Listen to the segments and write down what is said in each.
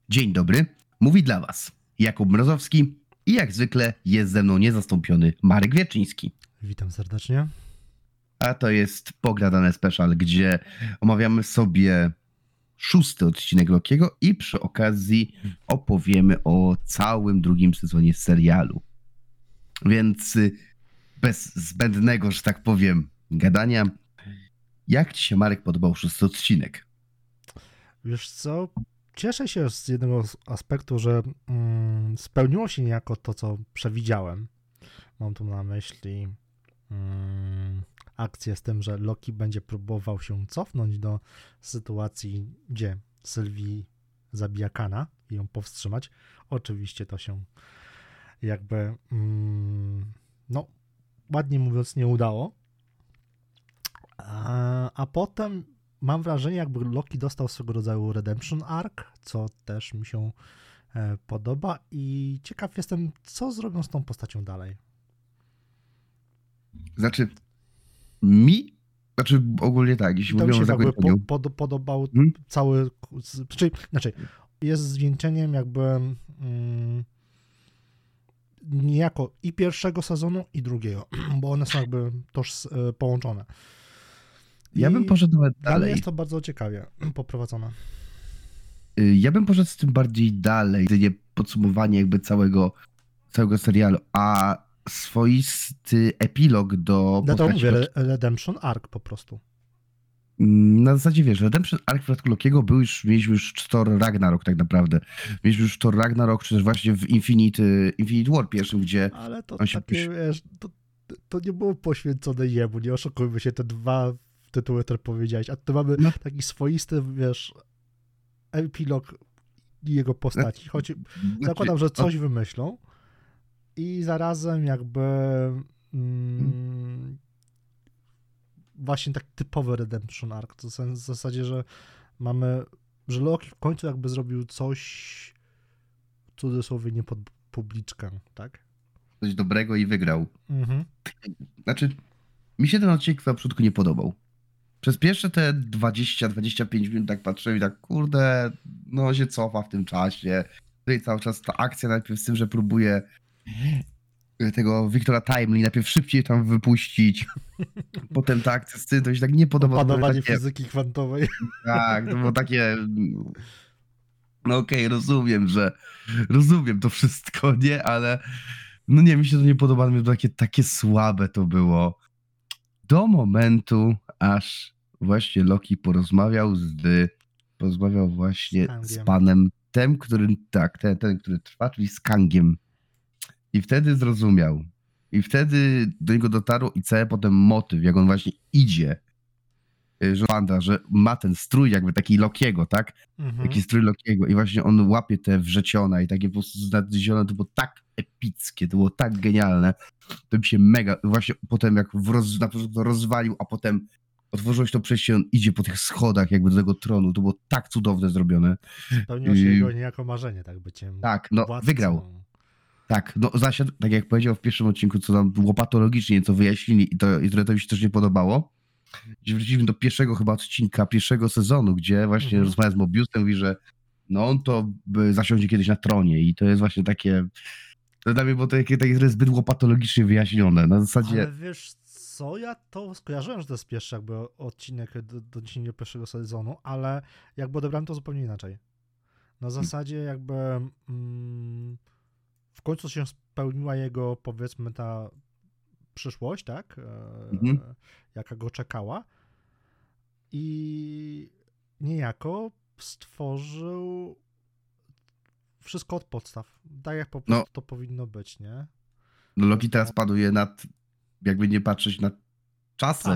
Dzień dobry, mówi dla was Jakub Mrozowski i jak zwykle jest ze mną niezastąpiony Marek Wierczyński. Witam serdecznie. A to jest Pogradane Special, gdzie omawiamy sobie 6. odcinek Lokiego i przy okazji opowiemy o całym drugim sezonie serialu. Więc bez zbędnego, że tak powiem, gadania, jak ci się, Marek, podobał 6. odcinek? Wiesz co, cieszę się z jednego aspektu, że spełniło się niejako to, co przewidziałem. Mam tu na myśli akcję z tym, że Loki będzie próbował się cofnąć do sytuacji, gdzie Sylwii zabija Kana i ją powstrzymać. Oczywiście to się jakby, ładnie mówiąc, nie udało. A potem mam wrażenie, jakby Loki dostał swego rodzaju redemption arc, co też mi się podoba i ciekaw jestem, co zrobią z tą postacią dalej. Ogólnie tak, jeśli To mi mówimy się o zakończeniu. podobał cały, jest zwieńczeniem jakby niejako i pierwszego sezonu, i drugiego, bo one są jakby toż połączone. Ja bym poszedł nawet dalej. Jest to bardzo ciekawie poprowadzone. Ja bym poszedł z tym bardziej dalej, nie podsumowanie jakby całego serialu, a swoisty epilog do Ja to postaci mówię, Redemption Arc po prostu. Na zasadzie, wiesz, Redemption Arc w przypadku Lokiego mieliśmy już Thor Ragnarok tak naprawdę. Mieliśmy już Thor Ragnarok, czy też właśnie w Infinite War pierwszym, gdzie ale to on się takie, wiesz, to nie było poświęcone jemu, nie oszukujmy się, te dwa tytuły, które powiedziałeś, a tu mamy taki swoisty, wiesz, epilog jego postaci, choć zakładam, że coś wymyślą i zarazem jakby właśnie tak typowy Redemption Arc, to w zasadzie, że że Loki w końcu jakby zrobił coś, w cudzysłowie, nie pod publiczkę, tak? coś dobrego i wygrał. Mhm. Mi się ten odcinek na początku nie podobał. Przez pierwsze te 20-25 minut tak patrzyłem i tak, kurde, no się cofa w tym czasie. Tutaj cały czas ta akcja najpierw z tym, że próbuje tego Wiktora Timely najpierw szybciej tam wypuścić. Potem ta akcja z tym, to się tak nie podoba. Opanowanie fizyki kwantowej. Tak, to było takie... No okej, rozumiem to wszystko, nie? Ale no nie, mi się to nie podoba, takie słabe to było. Do momentu, aż właśnie Loki porozmawiał właśnie z panem ten, który trwa, czyli z Kangiem. I wtedy zrozumiał. I wtedy do niego dotarło i cały potem motyw, jak on właśnie idzie, że ma ten strój jakby taki Lokiego, tak? Taki strój Lokiego i właśnie on łapie te wrzeciona i takie po prostu znalezione, to było tak epickie, to było tak genialne. To mi się mega, właśnie potem jak na początku to rozwalił, a potem otworzyło się to przejście, on idzie po tych schodach jakby do tego tronu, to było tak cudowne zrobione. Spełniło się jego niejako marzenie, tak byciem tak, no władcą. wygrał. Tak, no zasiadł, tak jak powiedział w pierwszym odcinku, co tam było patologicznie, co wyjaśnili i to mi się też nie podobało. Wróciliśmy do pierwszego chyba odcinka, pierwszego sezonu, gdzie właśnie rozmawia z Mobiusem, mówi, że no on to zasiądzie kiedyś na tronie i to jest właśnie takie, to dla mnie było takie zbyt patologicznie wyjaśnione, na zasadzie... Ale wiesz co, ja to skojarzyłem, że to jest pierwszy jakby odcinek do dzisiejszego pierwszego sezonu, ale jakby odebrałem to zupełnie inaczej. Na zasadzie jakby w końcu się spełniła jego, powiedzmy, ta przyszłość, tak? Jaka go czekała. I niejako stworzył wszystko od podstaw. Tak jak po prostu to powinno być, nie? No Loki teraz panuje nad, jakby nie patrzeć, nad czasem.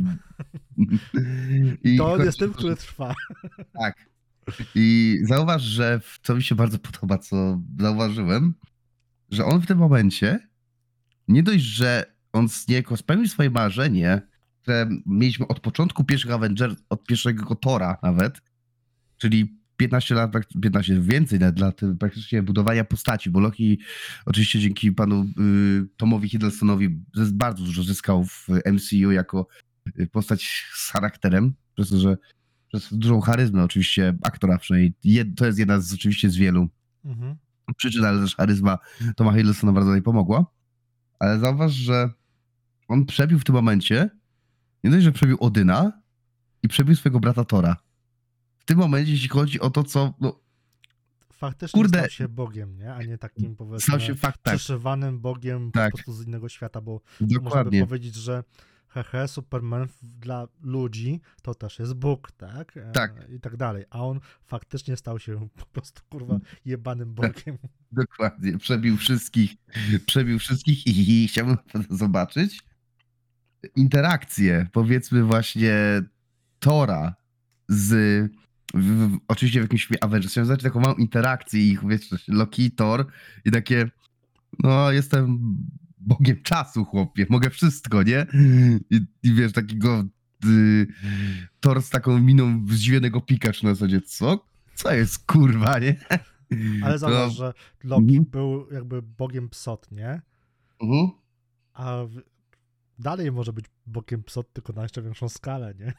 I to on jest tym, który trwa. Tak. I zauważ, że co mi się bardzo podoba, co zauważyłem, że on w tym momencie nie dość, że on niejako spełnił swoje marzenie, które mieliśmy od początku pierwszych Avengers, od pierwszego Thora nawet, czyli 15 lat, 15 więcej dla praktycznie budowania postaci, bo Loki oczywiście dzięki panu Tomowi Hiddlestonowi bardzo dużo zyskał w MCU jako postać z charakterem, przez to, że przez dużą charyzmę oczywiście aktora przynajmniej. To jest jedna z oczywiście z wielu przyczyn, ale też charyzma Toma Hiddlestona bardzo tutaj pomogła. Ale zauważ, że on przebił w tym momencie, nie dość, że przebił Odyna i przebił swojego brata Tora. W tym momencie, jeśli chodzi o to, co... No, faktycznie stał się Bogiem, nie? A nie takim, powiedzmy, przeszywanym Bogiem po prostu z innego świata, bo można by powiedzieć, że Superman dla ludzi to też jest Bóg, tak? I tak dalej. A on faktycznie stał się po prostu, kurwa, jebanym Bogiem. Dokładnie. Przebił wszystkich i chciałbym zobaczyć interakcję, powiedzmy właśnie Tora z... oczywiście w jakimś filmie Avengers. Chciałem zobaczyć taką małą interakcję ich, wiecie, Loki, Thor i takie, no jestem Bogiem czasu, chłopie, mogę wszystko, nie? I wiesz, takiego Thor z taką miną zdziwionego Pikachu na zasadzie, co jest, kurwa, nie? Ale zauważ, że Loki był jakby Bogiem psot, nie? A dalej może być Bogiem psot, tylko na jeszcze większą skalę, nie?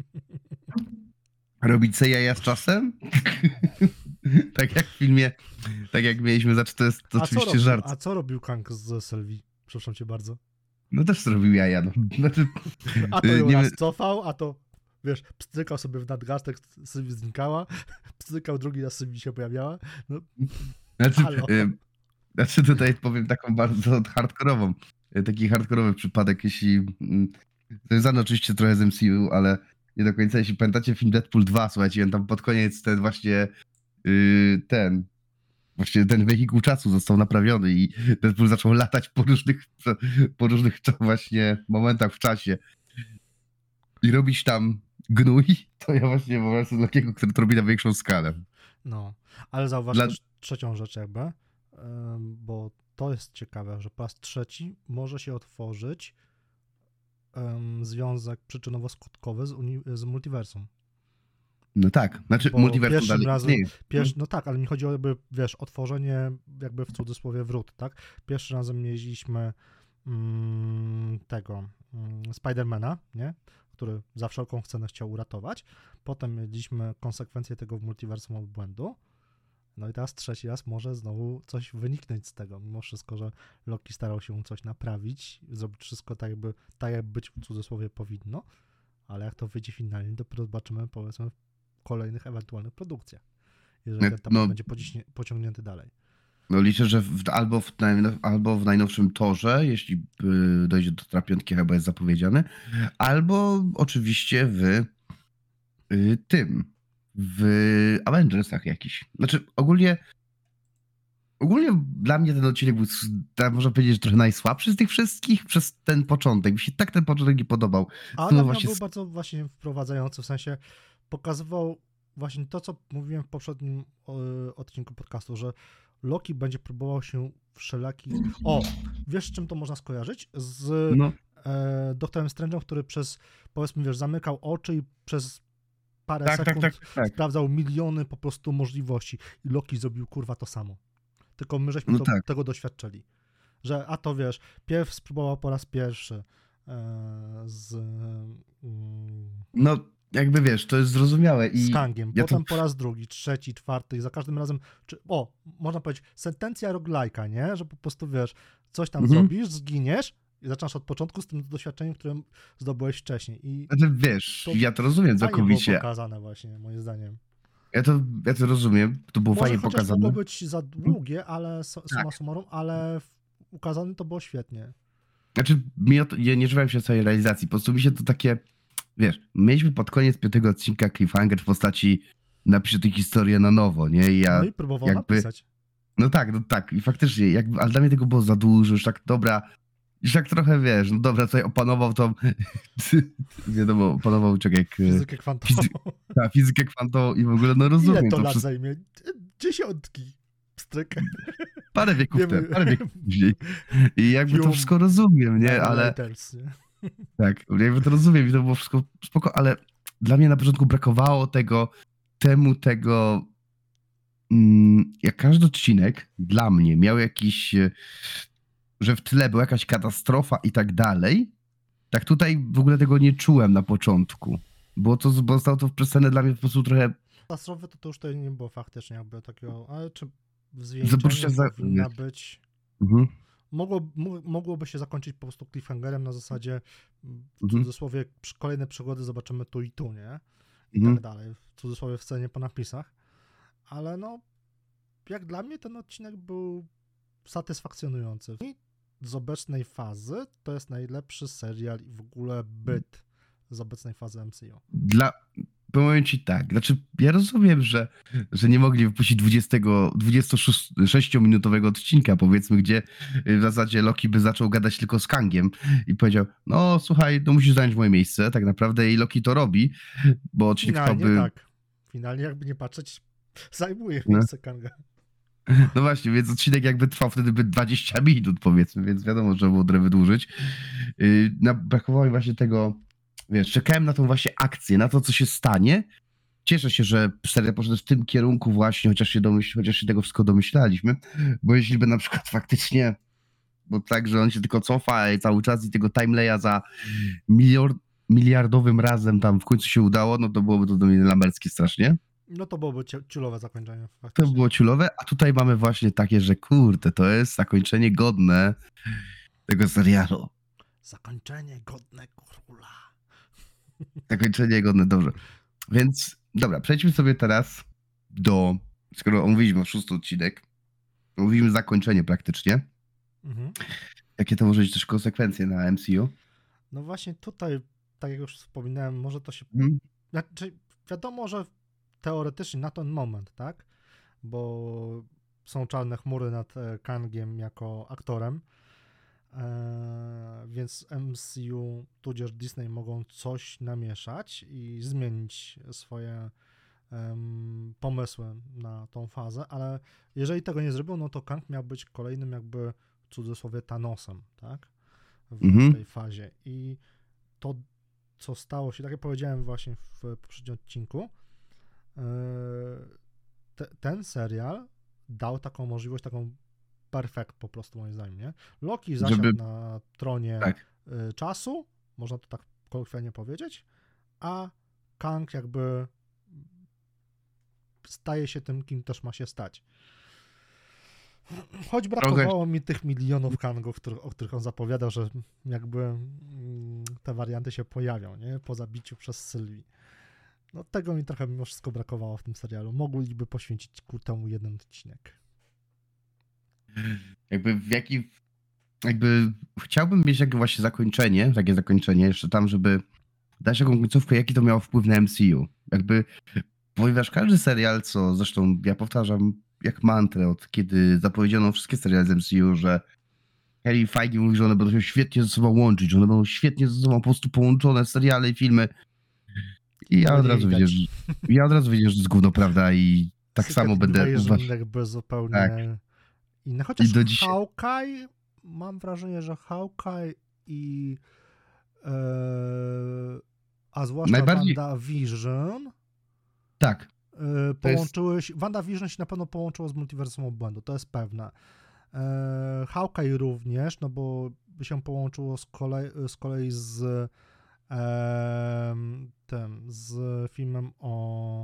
Robić se jaja z czasem? Tak jak w filmie, tak jak mieliśmy, znaczy to jest oczywiście żart. A co robił Kang z Sylwii? Przepraszam cię bardzo. No też zrobił jaja, no. Znaczy, a to ją raz cofał, a to, wiesz, pstrykał sobie w nadgarstek, Sylwii znikała, pstrykał drugi raz, Sylwii się pojawiała. No. Znaczy tutaj powiem taką bardzo hardkorową, taki hardkorowy przypadek, jeśli związany oczywiście trochę z MCU, ale nie do końca, jeśli pamiętacie film Deadpool 2, słuchajcie, on tam pod koniec właśnie ten wehikuł czasu został naprawiony i Deadpool zaczął latać po różnych właśnie momentach w czasie. I robić tam gnój, to ja właśnie wyobrażam sobie takiego, który to robi na większą skalę. No, ale zauważ też trzecią rzecz jakby, bo to jest ciekawe, że po raz trzeci może się otworzyć związek przyczynowo-skutkowy z multiversum. No tak, znaczy multiversum dalej istnieje. No tak, ale mi chodzi o jakby, wiesz, otworzenie jakby w cudzysłowie wrót, tak? Pierwszy razem mieliśmy Spidermana, nie? Który za wszelką cenę chciał uratować. Potem mieliśmy konsekwencje tego w multiversum od błędu. No i teraz trzeci raz może znowu coś wyniknąć z tego, mimo wszystko, że Loki starał się coś naprawić, zrobić wszystko tak jak być w cudzysłowie powinno, ale jak to wyjdzie finalnie, dopiero zobaczymy, powiedzmy, w kolejnych ewentualnych produkcjach, jeżeli ten temat będzie pociągnięty dalej. No liczę, że albo w najnowszym Torze, jeśli dojdzie do Tora 5, chyba jest zapowiedziany, albo oczywiście w Avengersach jakiś. Znaczy ogólnie dla mnie ten odcinek był, można powiedzieć, że trochę najsłabszy z tych wszystkich przez ten początek. Mi się tak ten początek nie podobał. Ale właśnie był bardzo właśnie wprowadzający, w sensie pokazywał właśnie to, co mówiłem w poprzednim odcinku podcastu, że Loki będzie próbował się wszelakich... wiesz, z czym to można skojarzyć? Z Doktorem Strange'em, który powiedzmy, wiesz, zamykał oczy i przez parę sekund sprawdzał miliony po prostu możliwości. I Loki zrobił, kurwa, to samo. Tylko my żeśmy tego doświadczyli. Że, a to wiesz, pierw spróbował po raz pierwszy No, jakby wiesz, to jest zrozumiałe. Z Kangiem, potem po raz drugi, trzeci, czwarty i za każdym razem, można powiedzieć, sentencja roguelike'a, nie? Że po prostu, wiesz, coś tam zrobisz, zginiesz i zaczynasz od początku z tym doświadczeniem, które zdobyłeś wcześniej. I wiesz, ja to rozumiem całkowicie. To było pokazane właśnie, moim zdaniem. Ja to rozumiem, to było fajnie pokazane. Mogło być za długie, ale summa summarum, ale ukazane to było świetnie. Znaczy, ja nie żywałem się o całej realizacji, po prostu mi się to takie, wiesz, mieliśmy pod koniec 5. odcinka cliffhanger w postaci napiszę tę historię na nowo, nie? No i próbował napisać. No tak, i faktycznie, ale dla mnie tego było za dużo, już tak dobra, już tak trochę, wiesz, no dobra, tutaj opanował tą, wiadomo, opanował fizykę kwantową. Fizykę kwantową i w ogóle, no rozumiem. Ile to lat zajmie? Dziesiątki. Pstryk. Parę wieków później. I jakby to wszystko rozumiem, nie? Ale... Tak, jakby to rozumiem i to było wszystko spoko, ale dla mnie na początku brakowało tego, jak każdy odcinek dla mnie miał jakiś, że w tle była jakaś katastrofa i tak dalej, tak tutaj w ogóle tego nie czułem na początku. Było to, zostało to wpresane dla mnie po prostu trochę Katastrowy to już tutaj nie było faktycznie jakby takiego, ale czy w za poczucia zwieńczeniu powinna być... Mhm, Mogłoby się zakończyć po prostu cliffhangerem na zasadzie, w mhm, cudzysłowie, kolejne przygody zobaczymy tu i tu, nie? I mhm. tak dalej, w cudzysłowie w scenie po napisach. Ale no, jak dla mnie ten odcinek był satysfakcjonujący. I z obecnej fazy to jest najlepszy serial i w ogóle byt z obecnej fazy MCU. Powiem ci tak, znaczy ja rozumiem, że nie mogli wypuścić 26-minutowego odcinka, powiedzmy, gdzie w zasadzie Loki by zaczął gadać tylko z Kangiem i powiedział, no słuchaj, no musisz zająć moje miejsce, tak naprawdę i Loki to robi, bo odcinek Finalnie trwałby... tak. Finalnie jakby nie patrzeć, zajmuje No. miejsce Kanga. No właśnie, więc odcinek jakby trwał wtedy by 20 minut, powiedzmy, więc wiadomo, że trzeba było trochę wydłużyć. Brakowało mi właśnie tego, wiesz, czekałem na tą właśnie akcję, na to, co się stanie. Cieszę się, że serial poszedł w tym kierunku właśnie, chociaż się tego wszystko domyślaliśmy, bo jeśli by na przykład faktycznie, bo tak, że on się tylko cofa cały czas i tego timelaya za miliardowym razem tam w końcu się udało, no to byłoby to do mnie lamerskie strasznie. No to byłoby ciulowe zakończenie. To Faktycznie. było ciulowe, a tutaj mamy właśnie takie, że kurde, to jest zakończenie godne tego serialu. Zakończenie godne króla. Zakończenie godne, dobrze. Więc dobra, przejdźmy sobie teraz skoro omówiliśmy 6. odcinek, omówiliśmy zakończenie praktycznie, Mhm. jakie to może być też konsekwencje na MCU. No właśnie tutaj, tak jak już wspominałem, może to się... Znaczy, wiadomo, że teoretycznie na ten moment, tak? Bo są czarne chmury nad Kangiem jako aktorem, więc MCU tudzież Disney mogą coś namieszać i zmienić swoje pomysły na tą fazę, ale jeżeli tego nie zrobią, no to Kang miał być kolejnym jakby w cudzysłowie Thanosem, tak? W tej fazie. I to, co stało się, tak jak powiedziałem właśnie w poprzednim odcinku, ten serial dał taką możliwość, taką perfekt po prostu moim zdaniem, nie? Loki zasiadł na tronie czasu, można to tak kolokwialnie powiedzieć, a Kang jakby staje się tym, kim też ma się stać. Choć brakowało mi tych milionów Kangów, o których on zapowiadał, że jakby te warianty się pojawią, nie? Po zabiciu przez Sylwii. No tego mi trochę mimo wszystko brakowało w tym serialu. Mogliby poświęcić ku temu jeden odcinek. Jakby chciałbym mieć jakieś właśnie takie zakończenie jeszcze tam, żeby dać taką końcówkę, jaki to miało wpływ na MCU. Jakby, ponieważ każdy serial, co zresztą ja powtarzam jak mantrę od kiedy zapowiedziano wszystkie seriale z MCU, że Kevin Feige mówi, że one będą się świetnie ze sobą łączyć, że one będą świetnie ze sobą po prostu połączone, seriale i filmy. I ja od razu widzę, że to jest gówno, prawda? I tak Secret samo będę uważał. Jakby zupełnie inne. Chociaż Hawkeye, mam wrażenie, że Hawkeye i a zwłaszcza WandaVision połączyły się, WandaVision się na pewno połączyło z Multiversum Obłędu, to jest pewne. Hawkeye również, no bo by się połączyło z kolei z z filmem o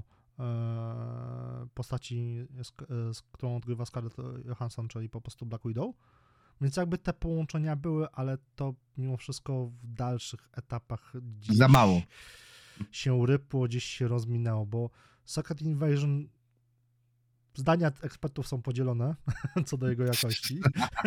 postaci, z którą odgrywa Scarlett Johansson, czyli po prostu Black Widow. Więc jakby te połączenia były, ale to mimo wszystko w dalszych etapach gdzieś za mało się rypło, gdzieś się rozminęło, bo Secret Invasion, zdania ekspertów są podzielone co do jego jakości.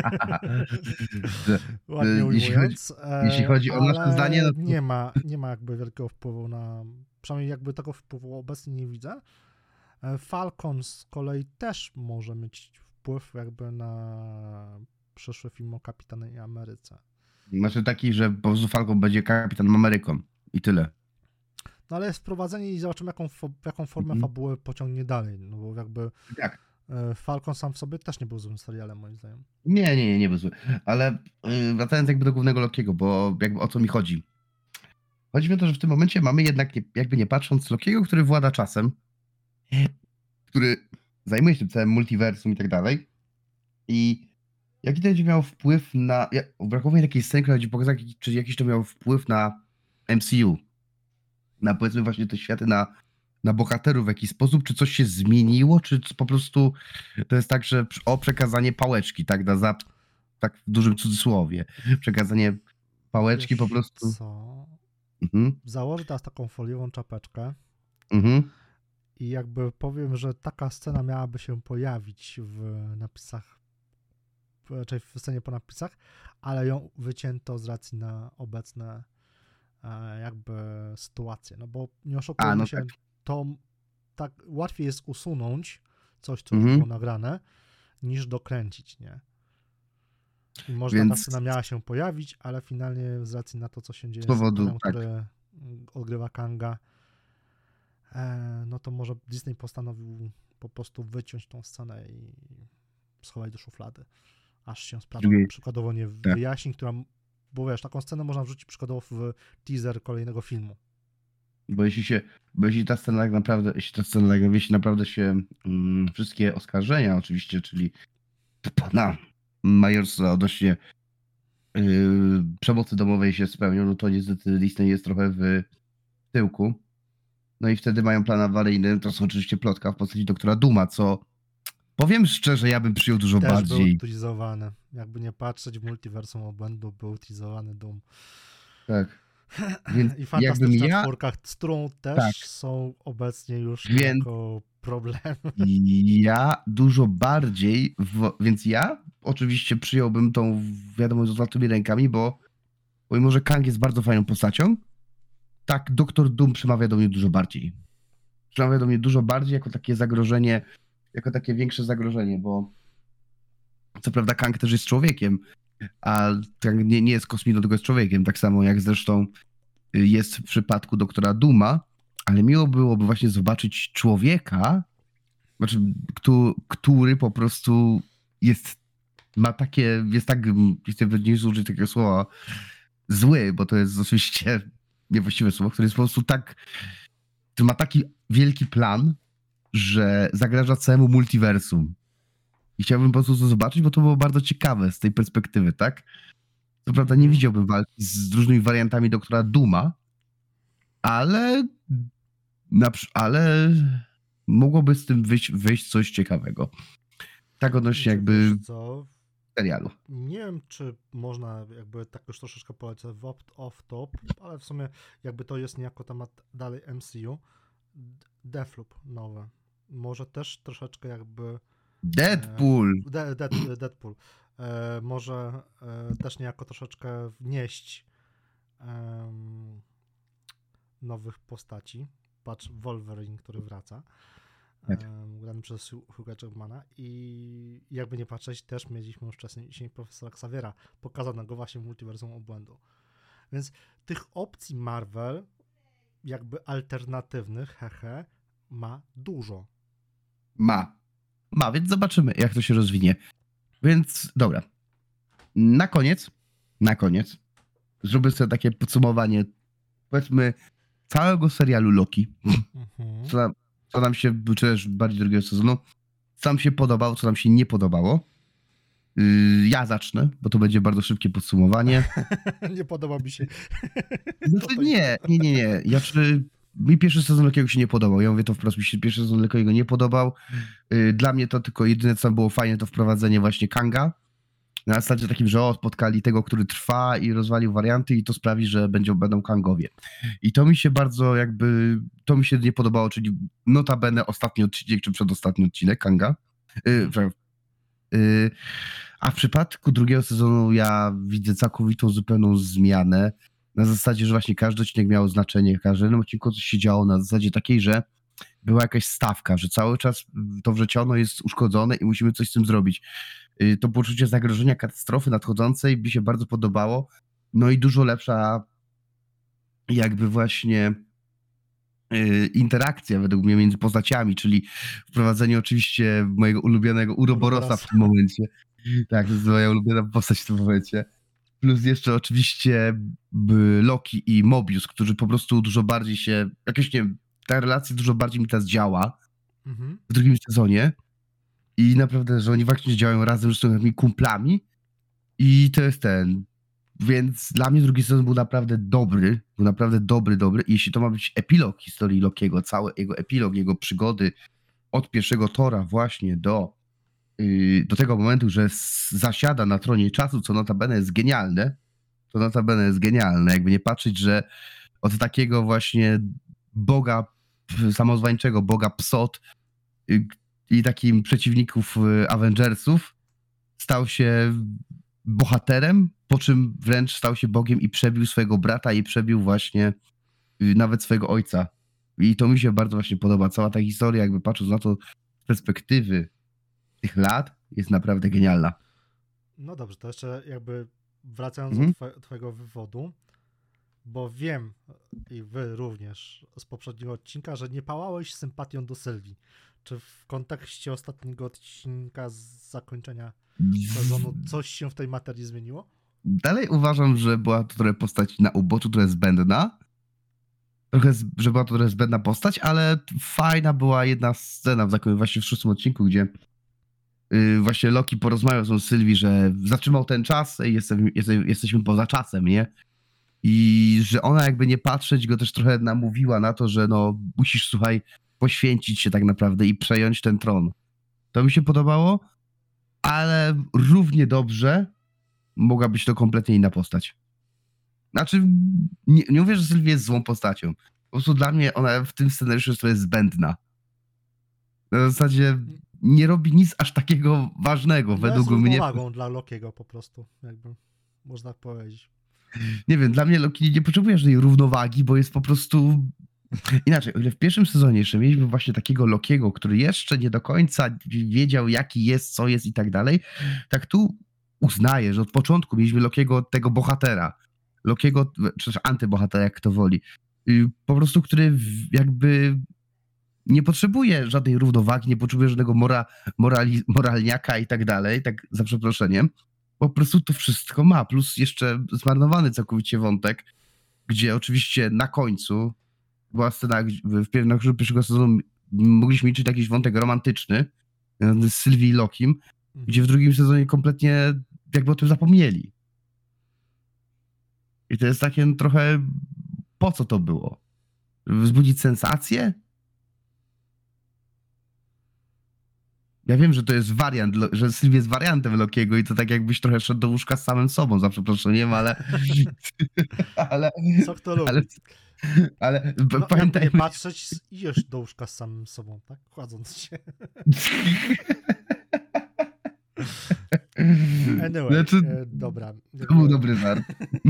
Ładnie ujmując. Jeśli chodzi o nasze zdanie, no to... nie ma jakby wielkiego wpływu na, przynajmniej jakby tego wpływu obecnie nie widzę. Falcon z kolei też może mieć wpływ jakby na przyszły film o Kapitanie Ameryce. Znaczy taki, że po prostu Falcon będzie Kapitanem Ameryką i tyle. No ale jest wprowadzenie i zobaczymy, jaką formę fabuły pociągnie dalej, no bo jakby Falcon sam w sobie też nie był złym serialem, moim zdaniem. Nie był zły, ale wracając jakby do głównego Lokiego, bo jakby o co mi chodzi. Chodzi mi o to, że w tym momencie mamy jednak, jakby nie patrząc, Lokiego, który włada czasem, który zajmuje się tym całym multiversum i tak dalej. I jaki to będzie miał wpływ na... Brakuje mi takiej sceny, która będzie pokazać, czy jakiś to miał wpływ na MCU. powiedzmy właśnie te światy na bohaterów w jakiś sposób, czy coś się zmieniło, czy po prostu to jest tak, że przekazanie pałeczki, tak, tak w dużym cudzysłowie, przekazanie pałeczki po Wiesz prostu. co? Mhm, Założę teraz taką foliową czapeczkę mhm. i jakby powiem, że taka scena miałaby się pojawić w napisach, czyli w scenie po napisach, ale ją wycięto z racji na obecne jakby sytuacje. No bo nie oszukujmy No się, tak. to tak łatwiej jest usunąć coś, co już Mhm. było nagrane, niż dokręcić, nie? I może taka Więc scena miała się pojawić, ale finalnie z racji na to, co się dzieje z z powodu, aktorem, tak, który odgrywa Kanga, no to może Disney postanowił po prostu wyciąć tą scenę i schować do szuflady, aż się sprawa drugiej, przykładowo nie tak. wyjaśni, bo wiesz, taką scenę można wrzucić przykładowo w teaser kolejnego filmu. Bo jeśli ta scena tak naprawdę, jeśli naprawdę się wszystkie oskarżenia oczywiście, czyli pana Myersa odnośnie przemocy domowej się spełnią, no to niestety Disney jest trochę w tyłku. No i wtedy mają plan awaryjny, to są oczywiście plotka w postaci doktora Dooma, co powiem szczerze, ja bym przyjął dużo Też bardziej. był teasowany. Jakby nie patrzeć, w multiversum obłędu był teasowany Doom. Tak. Więc I jakbym Fantastyczna ja, Czwórka, z którą też tak, są obecnie już więc jako problemy. ja dużo bardziej, więc ja oczywiście przyjąłbym tą wiadomość z otwartymi rękami, bo mimo, że Kang jest bardzo fajną postacią, tak Doktor Doom przemawia do mnie dużo bardziej. Przemawia do mnie dużo bardziej jako takie zagrożenie, jako takie większe zagrożenie, bo co prawda Kang też jest człowiekiem, a Kang nie jest kosmitą, tylko jest człowiekiem, tak samo jak zresztą jest w przypadku doktora Dooma, ale miło byłoby właśnie zobaczyć człowieka, znaczy, który po prostu ma takie, jest tak, nie chcę użyć takiego słowa, zły, bo to jest oczywiście niewłaściwe słowo, który jest po prostu tak, który ma taki wielki plan, że zagraża całemu multiversum. I chciałbym po prostu to zobaczyć, bo to było bardzo ciekawe z tej perspektywy, tak? Co prawda nie widziałbym walki z różnymi wariantami doktora Dooma, ale mogłoby z tym wyjść coś ciekawego. Tak odnośnie jakby serialu. Nie wiem, czy można jakby tak już troszeczkę polecę off-top, ale w sumie jakby to jest niejako temat dalej MCU. Deathloop nowe. Może też troszeczkę jakby Deadpool! Deadpool. Może też niejako troszeczkę wnieść nowych postaci. Patrz, Wolverine, który wraca. Grany przez Hugh Jackmana i jakby nie patrzeć, też mieliśmy już wcześniej profesora Xaviera, pokazanego właśnie w multiversum obłędu. Więc tych opcji Marvel, jakby alternatywnych, ma dużo. Ma, więc zobaczymy, jak to się rozwinie. Więc dobra. Na koniec zrobię sobie takie podsumowanie, powiedzmy, całego serialu Loki. Co nam się, czy też bardziej drugiego sezonu, co nam się podobało, co nam się nie podobało. Ja zacznę, bo to będzie bardzo szybkie podsumowanie. Nie podoba mi się. Nie. Mi pierwszy sezon Lokiego się nie podobał. Ja mówię to wprost, mi się pierwszy sezon Lokiego nie podobał. Dla mnie to tylko jedyne, co było fajne, to wprowadzenie właśnie Kanga. Na zasadzie takim, że spotkali tego, który trwa i rozwalił warianty i to sprawi, że będą Kangowie. I to mi się bardzo to mi się nie podobało, czyli notabene ostatni odcinek, czy przedostatni odcinek Kanga. A w przypadku drugiego sezonu ja widzę całkowitą, zupełną zmianę. Na zasadzie, że właśnie każdy odcinek miał znaczenie, w każdym odcinku coś się działo na zasadzie takiej, że była jakaś stawka, że cały czas to wrzeciono jest uszkodzone i musimy coś z tym zrobić. To poczucie zagrożenia, katastrofy nadchodzącej mi się bardzo podobało. No i dużo lepsza jakby właśnie interakcja według mnie między postaciami, czyli wprowadzenie oczywiście mojego ulubionego Uroborosa w tym momencie. Tak, to jest moja ulubiona postać w tym momencie. Plus jeszcze oczywiście Loki i Mobius, którzy po prostu dużo bardziej się, jakoś nie wiem, ta relacja dużo bardziej mi teraz działa w drugim sezonie i naprawdę, że oni faktycznie działają razem, że są takimi kumplami i to jest Więc dla mnie drugi sezon był naprawdę dobry. Był naprawdę dobry. I jeśli to ma być epilog historii Lokiego, cały jego epilog, jego przygody od pierwszego Tora właśnie do tego momentu, że zasiada na tronie czasu, co notabene jest genialne. Jakby nie patrzeć, że od takiego właśnie boga, samozwańczego boga psot i takim przeciwników Avengersów stał się bohaterem, po czym wręcz stał się Bogiem i przebił swojego brata i przebił właśnie nawet swojego ojca. I to mi się bardzo właśnie podoba. Cała ta historia, jakby patrząc na to z perspektywy tych lat, jest naprawdę genialna. No dobrze, to jeszcze jakby wracając do twojego wywodu, bo wiem, i wy również z poprzedniego odcinka, że nie pałałeś sympatią do Sylwii. Czy w kontekście ostatniego odcinka z zakończenia sezonu coś się w tej materii zmieniło? Dalej uważam, że była to trochę postać na uboczu, trochę zbędna. Że była to trochę zbędna postać, ale fajna była jedna scena właśnie w 6. odcinku, gdzie właśnie Loki porozmawiał z Sylwii, że zatrzymał ten czas i jesteśmy poza czasem, nie? I że ona jakby nie patrzeć go też trochę namówiła na to, że no musisz, słuchaj, poświęcić się tak naprawdę i przejąć ten tron. To mi się podobało, ale równie dobrze mogła być to kompletnie inna postać. Znaczy, nie mówię, że Sylwia jest złą postacią. Po prostu dla mnie ona w tym scenariuszu jest trochę zbędna. Na zasadzie nie robi nic aż takiego ważnego, według mnie. Jest uwagą dla Lokiego po prostu, jakby można powiedzieć. Nie wiem, dla mnie Loki nie potrzebuje żadnej równowagi, bo jest po prostu... Inaczej, o ile w pierwszym sezonie jeszcze mieliśmy właśnie takiego Lokiego, który jeszcze nie do końca wiedział, jaki jest, co jest i tak dalej, tak tu uznaję, że od początku mieliśmy Lokiego, tego bohatera. Lokiego, czy też antybohatera, jak kto woli. Po prostu, który jakby nie potrzebuje żadnej równowagi, nie potrzebuje żadnego moralniaka i tak dalej, tak za przeproszeniem. Po prostu to wszystko ma, plus jeszcze zmarnowany całkowicie wątek, gdzie oczywiście na końcu była scena, na początku pierwszego sezonu mogliśmy liczyć jakiś wątek romantyczny z Sylwii i Lokim, gdzie w drugim sezonie kompletnie jakby o tym zapomnieli. I to jest takie trochę, po co to było? Wzbudzić sensację? Ja wiem, że to jest wariant, że Sylwia jest wariantem Lokiego i to tak jakbyś trochę szedł do łóżka z samym sobą, za przeproszeniem, ale... Co kto lubi? Ale no, pamiętaj... Nie patrzeć, idziesz do łóżka z samym sobą, tak? Kładząc się. Anyway, znaczy, dobra. To był dobry żart.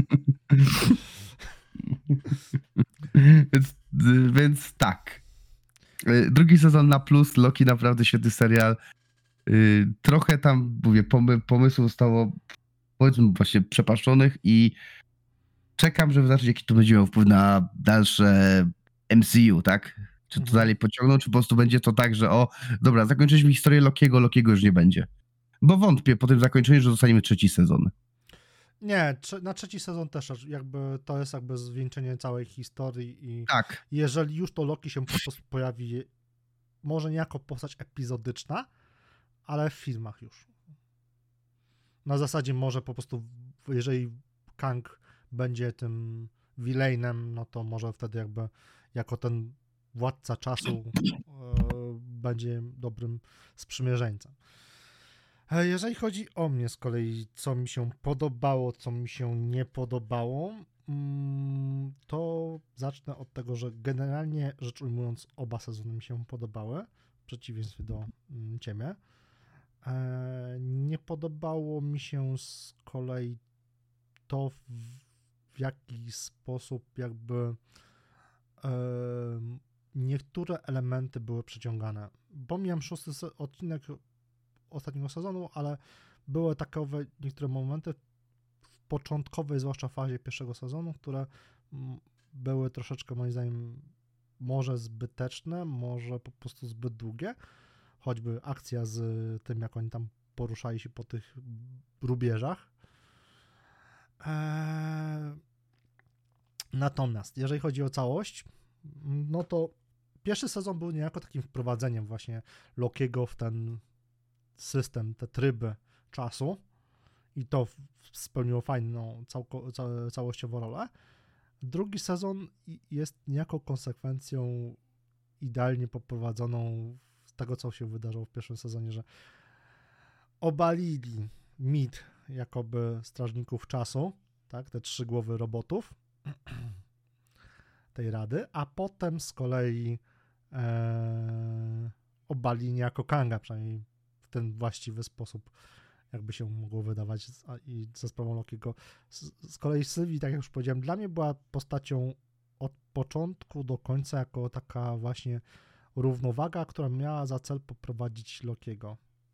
więc tak. Drugi sezon na plus, Loki naprawdę świetny serial. Trochę tam, mówię, pomysłów zostało, powiedzmy, właśnie przepaszczonych i czekam, żeby zobaczyć, jaki to będzie miał wpływ na dalsze MCU, tak? Czy to dalej pociągną, czy po prostu będzie to tak, że dobra, zakończyliśmy historię Lokiego już nie będzie. Bo wątpię po tym zakończeniu, że dostaniemy 3. sezon. Nie, na 3. sezon też jakby to jest jakby zwieńczenie całej historii i tak. Jeżeli już to Loki się po prostu pojawi, może nie jako postać epizodyczna, ale w filmach już. Na zasadzie może po prostu, jeżeli Kang będzie tym villainem, no to może wtedy jakby jako ten władca czasu będzie dobrym sprzymierzeńcem. Jeżeli chodzi o mnie z kolei, co mi się podobało, co mi się nie podobało, to zacznę od tego, że generalnie rzecz ujmując oba sezony mi się podobały, w przeciwieństwie do ciebie. Nie podobało mi się z kolei to, w jaki sposób jakby niektóre elementy były przeciągane. Pomijam 6. odcinek ostatniego sezonu, ale były takowe niektóre momenty w początkowej, zwłaszcza fazie pierwszego sezonu, które były troszeczkę moim zdaniem może zbyteczne, może po prostu zbyt długie, choćby akcja z tym, jak oni tam poruszali się po tych rubieżach. Natomiast jeżeli chodzi o całość, no to pierwszy sezon był niejako takim wprowadzeniem właśnie Lokiego w ten system, te tryby czasu i to spełniło fajną, całościową rolę. Drugi sezon jest niejako konsekwencją idealnie poprowadzoną z tego, co się wydarzyło w pierwszym sezonie, że obalili mit jakoby strażników czasu, tak, te 3 głowy robotów tej rady, a potem z kolei obalili niejako Kanga, przynajmniej w ten właściwy sposób, jakby się mogło wydawać, i za sprawą Lokiego. Z kolei Sylwii, tak jak już powiedziałem, dla mnie była postacią od początku do końca jako taka właśnie równowaga, która miała za cel poprowadzić Lokiego.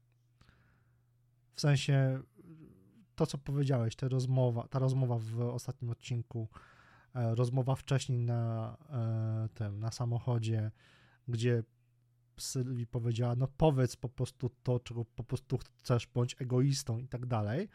W sensie to, co powiedziałeś, ta rozmowa w ostatnim odcinku, rozmowa wcześniej na samochodzie, gdzie Sylwii powiedziała, no powiedz po prostu to, czego po prostu chcesz, bądź egoistą i tak dalej,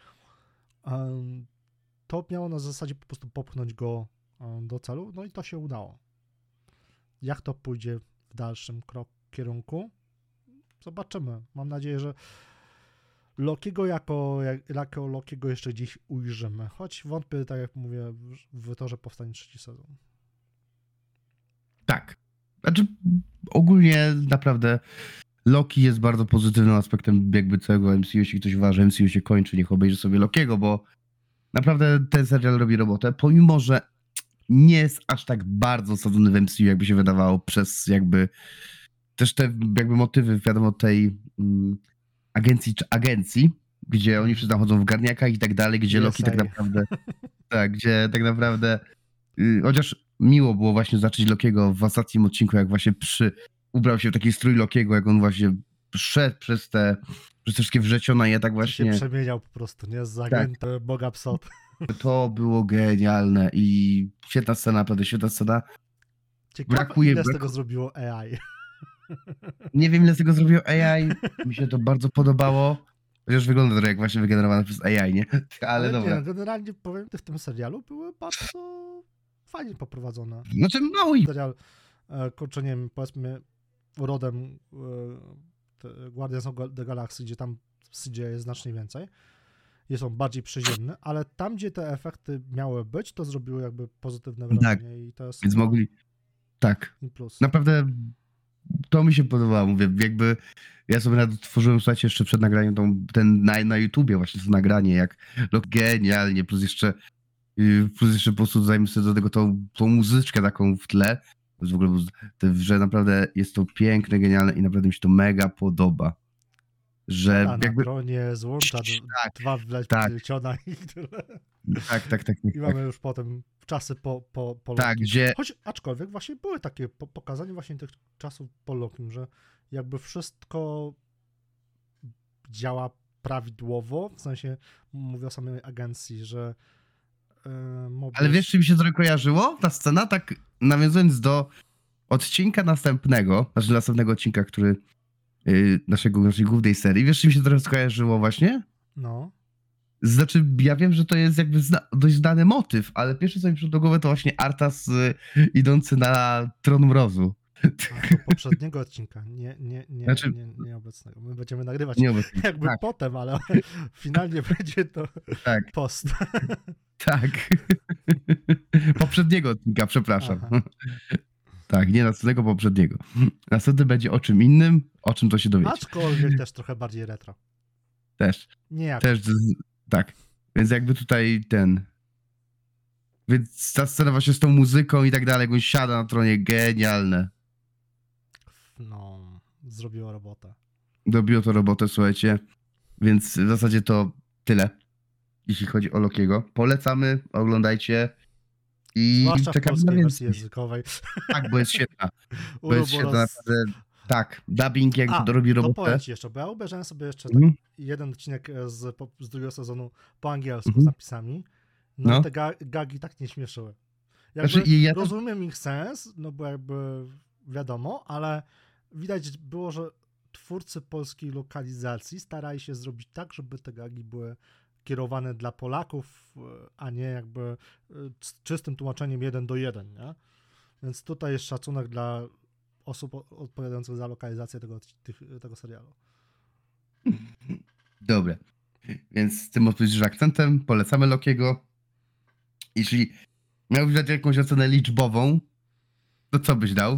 to miało na zasadzie po prostu popchnąć go do celu, no i to się udało. Jak to pójdzie w dalszym kierunku? Zobaczymy. Mam nadzieję, że Lokiego jako Lokiego jeszcze gdzieś ujrzymy, choć wątpię, tak jak mówię, w to, że powstanie 3. sezon. Tak. Znaczy ogólnie naprawdę Loki jest bardzo pozytywnym aspektem jakby całego MCU. Jeśli ktoś uważa, że MCU się kończy, niech obejrzy sobie Lokiego, bo naprawdę ten serial robi robotę, pomimo że nie jest aż tak bardzo osadzony w MCU, jakby się wydawało, przez jakby też te jakby motywy, wiadomo, tej agencji, gdzie oni wszyscy chodzą w garniakach i tak dalej, gdzie Loki tak naprawdę gdzie tak naprawdę chociaż miło było właśnie zacząć Lokiego w ostatnim odcinku, jak właśnie ubrał się w taki strój Lokiego, jak on właśnie szedł przez te wszystkie wrzeciona i ja tak właśnie... się przemieniał po prostu, nie? Z agenta Boga Psot. To było genialne i świetna scena, naprawdę świetna scena. Ciekawe, ile z tego zrobiło AI. Nie wiem, ile z tego zrobiło AI, mi się to bardzo podobało. Chociaż wygląda to jak właśnie wygenerowane przez AI, nie? Ale dobra. Nie, generalnie powiem, te w tym serialu były bardzo fajnie poprowadzone. Znaczy mało i... Serial, kurczę, nie wiem, powiedzmy rodem Guardians of the Galaxy, gdzie tam CGI jest znacznie więcej. Jest on bardziej przyziemny, ale tam, gdzie te efekty miały być, to zrobiły jakby pozytywne wrażenie. Tak, I to jest więc mogli... Tak. Plus. Naprawdę to mi się podobało, mówię, jakby ja sobie tworzyłem, słuchajcie, jeszcze przed nagraniem na YouTubie właśnie to nagranie, jak genialnie, plus jeszcze po prostu dodajmy sobie do tego tą muzyczkę taką w tle, w ogóle, że naprawdę jest to piękne, genialne i naprawdę mi się to mega podoba. Że na jakby... tronie złącza tak, dwa wleć tak. i tyle. Tak. I mamy już potem czasy po tak, Lokim. gdzie... Choć aczkolwiek właśnie były takie pokazanie właśnie tych czasów po Lokim, że jakby wszystko działa prawidłowo, w sensie mówię o samej agencji, że Ale wiesz, czy mi się trochę kojarzyło ta scena, tak nawiązując do odcinka następnego odcinka, który naszej głównej serii, wiesz, czy mi się trochę skojarzyło właśnie? No. Znaczy, ja wiem, że to jest jakby dość znany motyw, ale pierwsze, co mi przyszło do głowy, to właśnie Arthas idący na Tron Mrozu. Do poprzedniego odcinka, nie obecnego. My będziemy nagrywać jakby potem, ale finalnie będzie to post. Tak. Poprzedniego odcinka, przepraszam. Aha. Tak, nie następnego, poprzedniego. Następny będzie o czym innym, o czym to się dowiecie. Aczkolwiek też trochę bardziej retro. Też. Tak. Więc jakby tutaj Więc ta scena właśnie z tą muzyką i tak dalej, jak on siada na tronie, genialne. No, zrobiło robotę. Zrobiło to robotę, słuchajcie. Więc w zasadzie to tyle, jeśli chodzi o Lokiego. Polecamy, oglądajcie. I zwłaszcza w polskiej wersji językowej. Tak, bo jest świetna. Bo jest świetna, naprawdę. Tak, dubbing jakby to robi robotę. To powiem ci jeszcze, bo ja obejrzałem sobie jeszcze jeden odcinek z drugiego sezonu po angielsku z napisami. No i te gagi tak nie śmieszyły. Rozumiem ich sens, no bo jakby wiadomo, ale widać było, że twórcy polskiej lokalizacji starali się zrobić tak, żeby te gagi były kierowane dla Polaków, a nie jakby z czystym tłumaczeniem 1:1, nie? Więc tutaj jest szacunek dla osób odpowiadających za lokalizację tego serialu. Dobra. Więc z tym odpowiedzieć akcentem polecamy Lokiego. Jeśli miałbyś dać jakąś ocenę liczbową, to co byś dał?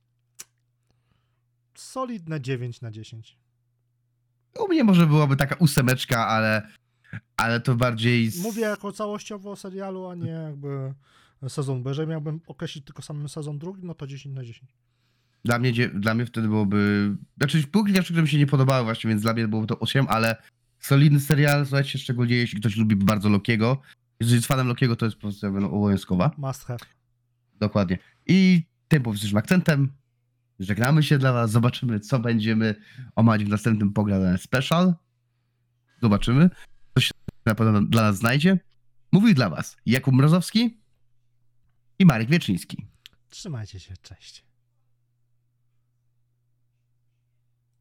Solidne 9/10. U mnie może byłaby taka 8, ale to bardziej... Mówię jako całościowo o serialu, a nie jakby sezon. Bo jeżeli miałbym określić tylko samym sezon drugi, no to 10/10. Dla mnie wtedy byłoby... Znaczy, było kilka rzeczy, które mi się nie podobały właśnie, więc dla mnie byłoby to 8, ale solidny serial, słuchajcie, szczególnie jeśli ktoś lubi bardzo Lokiego. Jeżeli jest fanem Lokiego, to jest po prostu obowiązkowa. Must have. Dokładnie. I tym powyższym akcentem żegnamy się dla was, zobaczymy, co będziemy omawiać w następnym Pogadane Special. Zobaczymy, co się na pewno dla nas znajdzie. Mówił dla was Jakub Mrozowski i Marek Wieczyński. Trzymajcie się, cześć.